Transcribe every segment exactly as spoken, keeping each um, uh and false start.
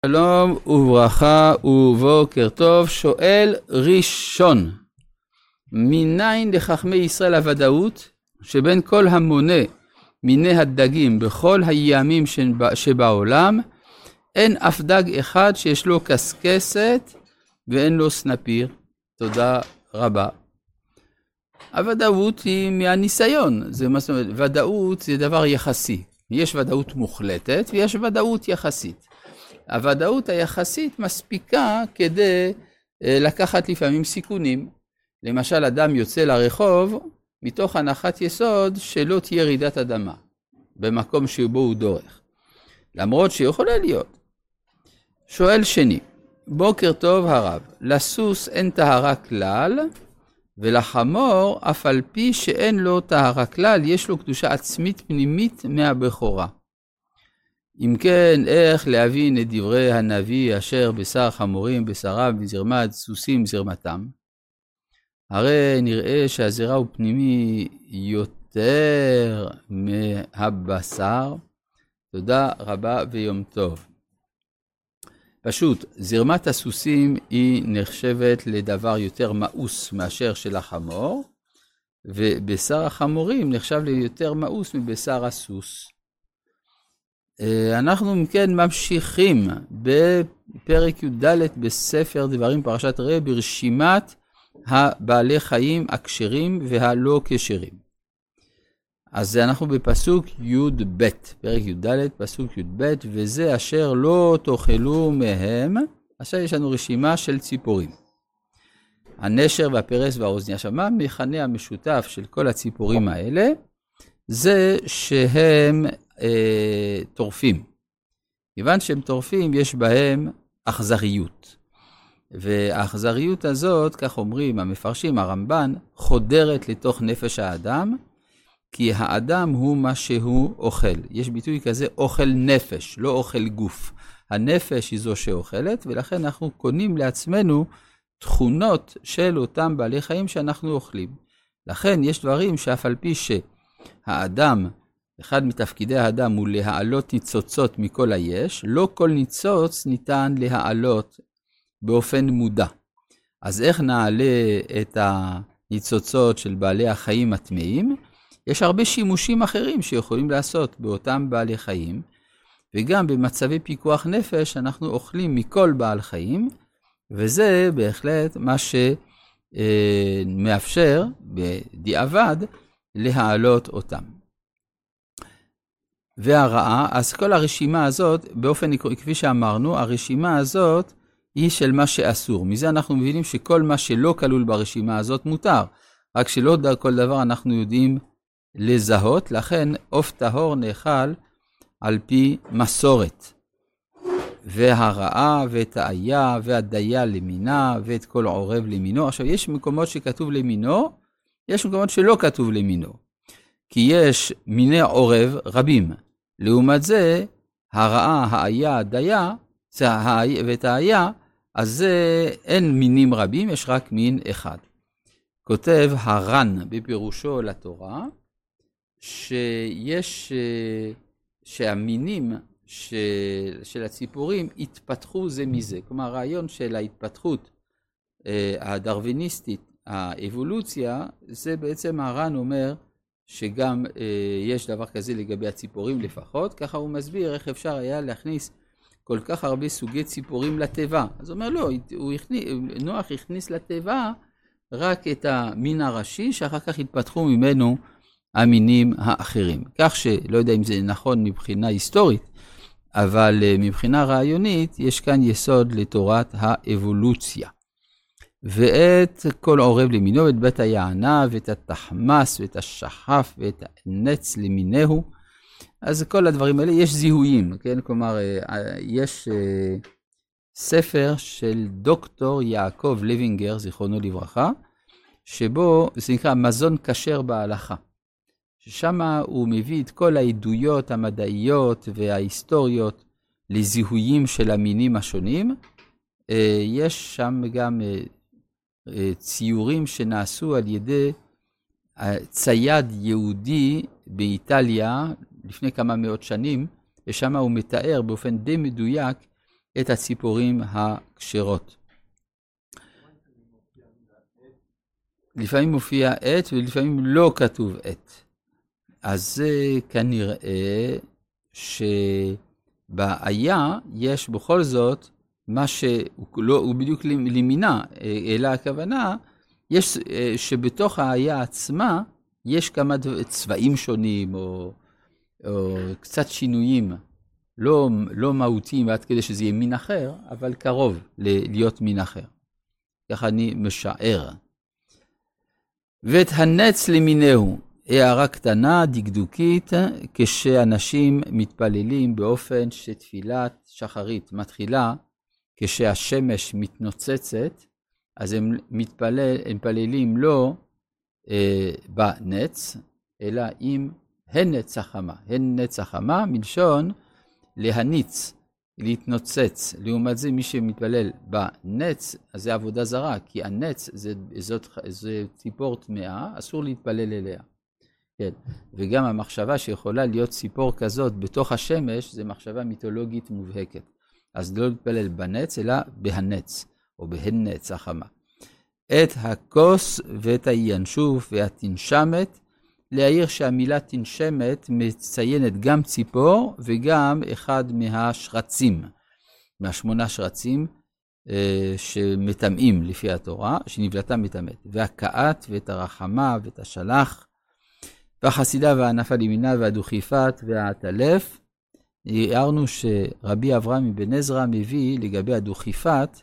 שלום וברכה ובוקר טוב. שואל ראשון, מניין לחכמי ישראל הוודאות שבין כל המונה מיני הדגים בכל הימים שבעולם אין אף דג אחד שיש לו קסקסת ואין לו סנפיר? תודה רבה. הוודאות היא מהניסיון. זה מה זאת אומרת, ודאות זה דבר יחסי. יש ודאות מוחלטת ויש ודאות יחסית. הוודאות היחסית מספיקה כדי לקחת לפעמים סיכונים. למשל, אדם יוצא לרחוב מתוך הנחת יסוד שלא תהיה רעידת אדמה במקום שבו הוא דורך, למרות שיכולה להיות. שואל שני, בוקר טוב הרב, לסוס אין טהרה כלל, ולחמור אף על פי שאין לו טהרה כלל יש לו קדושה עצמית פנימית מהבכורה. אם כן, איך להבין את דברי הנביא אשר בשר חמורים בשריו בזרמת סוסים זרמתם? הרי נראה שהזרע הוא פנימי יותר מהבשר. תודה רבה ויום טוב. פשוט, זרמת הסוסים היא נחשבת לדבר יותר מאוס מאשר של החמור, ובשר החמורים נחשב ליותר מאוס מבשר הסוס. אנחנו מכן ממשיכים בפרק י"ד בספר דברים פרשת ראה ברשימת הבעלי חיים הכשרים והלא כשרים. אז אנחנו בפסוק י"ב, פרק י"ד פסוק י"ב, וזה אשר לא תאכלו מהם. עכשיו יש לנו רשימה של ציפורים, הנשר והפרס והאוזניה. עכשיו מה המכנה המשותף של כל הציפורים האלה? זה שהם אה, טורפים. כיוון שהם טורפים יש בהם אכזריות. והאכזריות הזאת, כך אומרים המפרשים, הרמב"ן, חודרת לתוך נפש האדם, כי האדם הוא מה שהוא אוכל. יש ביטוי כזה, אוכל נפש, לא אוכל גוף. הנפש היא זו שאוכלת, ולכן אנחנו קונים לעצמנו תכונות של אותם בעלי חיים שאנחנו אוכלים. לכן יש דברים שאף על פי שהאדם, אחד מתפקידי האדם הוא להעלות ניצוצות מכל היש, לא כל ניצוץ ניתן להעלות באופן מודע. אז איך נעלה את הניצוצות של בעלי החיים הטמאים? יש הרבה שימושים אחרים שיכולים לעשות באותם בעלי חיים, וגם במצבי פיקוח נפש אנחנו אוכלים מכל בעל חיים, וזה בהחלט מה שמאפשר בדיעבד להעלות אותם. והרעה, אז כל הרשימה הזאת, באופן כפי שאמרנו, הרשימה הזאת היא של מה שאסור. מזה אנחנו מבינים שכל מה שלא כלול ברשימה הזאת מותר, רק שלא כל דבר אנחנו יודעים לזהות, לכן עוף טהור נאכל על פי מסורת. והרעה ואת האיה והדיה למינה ואת כל עורב למינו. עכשיו יש מקומות שכתוב למינו, יש מקומות שלא כתוב למינו. כי יש מיני עורב רבים. לעומת זה, הרעה, האיה, הדיה, ואת האיה, אז זה אין מינים רבים, יש רק מין אחד. כותב הר"ן בפירושו לתורה, שיש, שהמינים של, של הציפורים התפתחו זה מזה. כלומר, הרעיון של ההתפתחות הדרוויניסטית, האבולוציה, זה בעצם הר"ן אומר, שגם אה, יש דבר כזה לגבי הציפורים לפחות. ככה הוא מסביר איך אפשר היה להכניס כל כך הרבה סוגי ציפורים לטבע. אז הוא אומר לא, הוא הכניס, נוח הכניס לטבע רק את המין הראשי, שאחר כך התפתחו ממנו המינים האחרים. כך שלא יודע אם זה נכון מבחינה היסטורית, אבל אה, מבחינה רעיונית יש כאן יסוד לתורת האבולוציה. ואת כל עורב למינו, את בית היענה, ואת התחמס, ואת השחף, ואת הנץ למינהו. אז כל הדברים האלה, יש זיהויים, כן? כלומר, יש ספר של דוקטור יעקב לוינגר, זיכרונו לברכה, שבו זה נקרא מזון כשר בהלכה. ששם הוא מביא את כל העדויות המדעיות וההיסטוריות לזיהויים של המינים השונים. יש שם גם ציורים שנעשו על ידי צייד יהודי באיטליה לפני כמה מאות שנים, ושם הוא מתאר באופן די מדויק את הציפורים הכשרות. לפעמים מופיע עת ולפעמים לא כתוב עת. אז זה כנראה שבעיה יש בכל זאת מה שהוא לא, הוא בדיוק למינה, אלא הכוונה, יש שבתוך העיה עצמה יש כמה צבעים שונים או, או קצת שינויים, לא, לא מהותיים עד כדי שזה יהיה מין אחר, אבל קרוב להיות מין אחר. ככה אני משער. ואת הנץ למינהו, הערה קטנה, דקדוקית, כשאנשים מתפללים באופן שתפילת שחרית מתחילה, כשהשמש מתנוצצת, אז הם מתפלל, הם מתפללים לא אה, בנץ, אלא עם הנץ החמה. הנץ החמה מלשון להניץ, להתנוצץ. לעומת זה מי שמתפלל בנץ, אז זה עבודה זרה, כי הנץ זה, זאת, זה ציפור טמאה, אסור להתפלל אליה. כן. וגם המחשבה שיכולה להיות ציפור כזאת בתוך השמש, זה מחשבה מיתולוגית מובהקת. אז לא להתפלל בנץ, אלא בהנץ, או בהנץ החמה. את הכוס ואת הינשוף והתנשמת, להעיר שהמילה תנשמת מציינת גם ציפור וגם אחד מהשרצים, מהשמונה שרצים אה, שמטמאים לפי התורה, שנבלתה מטמאת. והקעת ואת הרחמה ואת השלח, והחסידה והענפה לימינה והדוכיפת והעטלף. הערנו שרבי אברהם מבן עזרא מביא לגבי הדוכיפת,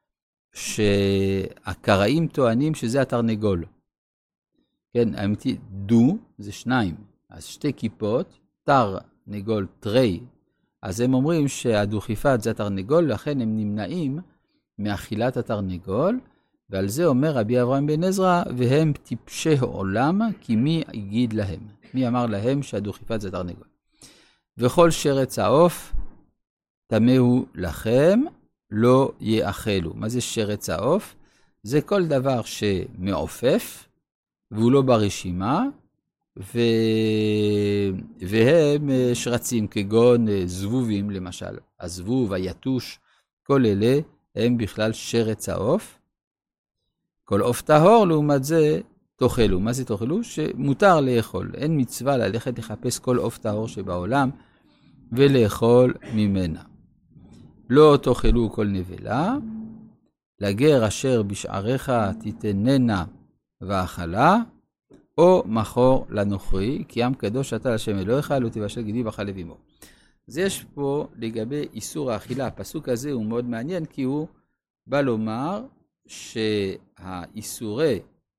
שהקראים טוענים שזה התרנגול. כן, האמיתי, דו זה שניים, אז שתי כיפות, תר נגול תרי, אז הם אומרים שהדוכיפת זה התרנגול, לכן הם נמנעים מאכילת התרנגול, ועל זה אומר רבי אברהם בן עזרא, והם טיפשי העולם, כי מי יגיד להם? מי אמר להם שהדוכיפת זה תרנגול? וכל שרץ העוף, תמהו לכם, לא יאכלו. מה זה שרץ העוף? זה כל דבר שמעופף, והוא לא ברשימה, ו... והם שרצים כגון זבובים למשל. הזבוב, היתוש, כל אלה הם בכלל שרץ העוף. כל עוף טהור לעומת זה תאכלו. מה זה תאכלו? שמותר לאכול. אין מצווה ללכת לחפש כל עוף טהור שבעולם ולאכול ממנה. לא תאכלו כל נבלה, לגר אשר בשעריך תתננה ואכלה, או מחור לנוכרי, כי עם קדוש אתה לשם אלוהיך, לא תבשל גידי וחלב עמו. אז יש פה לגבי איסור האכילה, הפסוק הזה הוא מאוד מעניין, כי הוא בא לומר שהאיסורי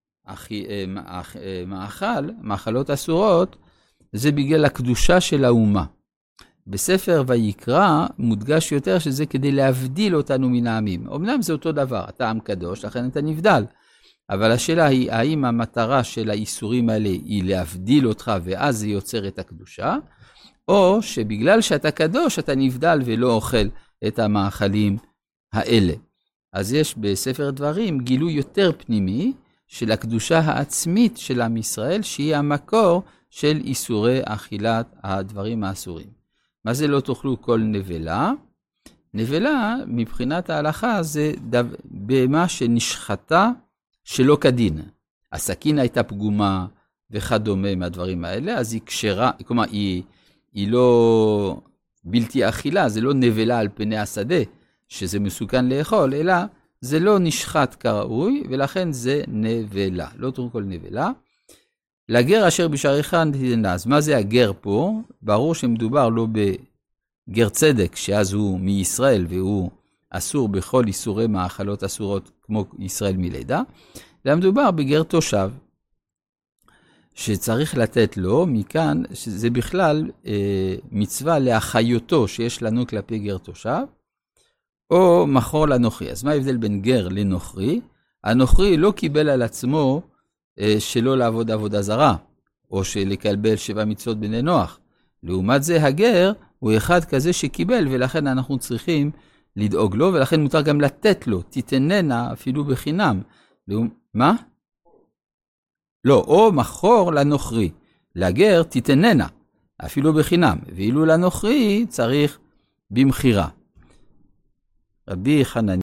מאכל, מאכלות אסורות, זה בגלל הקדושה של האומה. בספר ויקרא מודגש יותר שזה כדי להבדיל אותנו מן העמים. אמנם זה אותו דבר, אתה עם קדוש, לכן אתה נבדל. אבל השאלה היא, האם המטרה של האיסורים האלה היא להבדיל אותך ואז זה יוצר את הקדושה, או שבגלל שאתה קדוש אתה נבדל ולא אוכל את המאכלים האלה. אז יש בספר דברים גילוי יותר פנימי של הקדושה העצמית של עם ישראל, שהיא המקור של איסורי אכילת הדברים האסורים. מה זה לא תאכלו כל נבלה? נבלה מבחינת ההלכה זה בהמה שנשחטה שלא כדין. הסכין הייתה פגומה וכדומה מהדברים האלה, אז היא קשרה, כלומר היא, היא לא בלתי אכילה, זה לא נבלה על פני השדה, שזה מסוכן לאכול, אלא זה לא נשחט כראוי, ולכן זה נבלה, לא תאכלו כל נבלה. לגר אשר בשעריך תתננה, אז מה זה הגר פה? ברור שמדובר לא בגר צדק, שאז הוא מישראל והוא אסור בכל איסורי מאכלות אסורות כמו ישראל מלידה, אלא מדובר בגר תושב, שצריך לתת לו מכאן, שזה בכלל אה, מצווה לאחיותו שיש לנו כלפי גר תושב, או מחור לנוכרי. אז מה ההבדל בין גר לנוכרי? הנוכרי לא קיבל על עצמו אה, שלא לעבוד עבודה זרה, או שלקבל שבע מצוות בני נוח. לעומת זה הגר הוא אחד כזה שקיבל, ולכן אנחנו צריכים לדאוג לו, ולכן מותר גם לתת לו, תתננה אפילו בחינם. מה? לא, או מחור לנוכרי. לגר תתננה, אפילו בחינם, ואילו לנוכרי צריך במחירה. רבי חנניה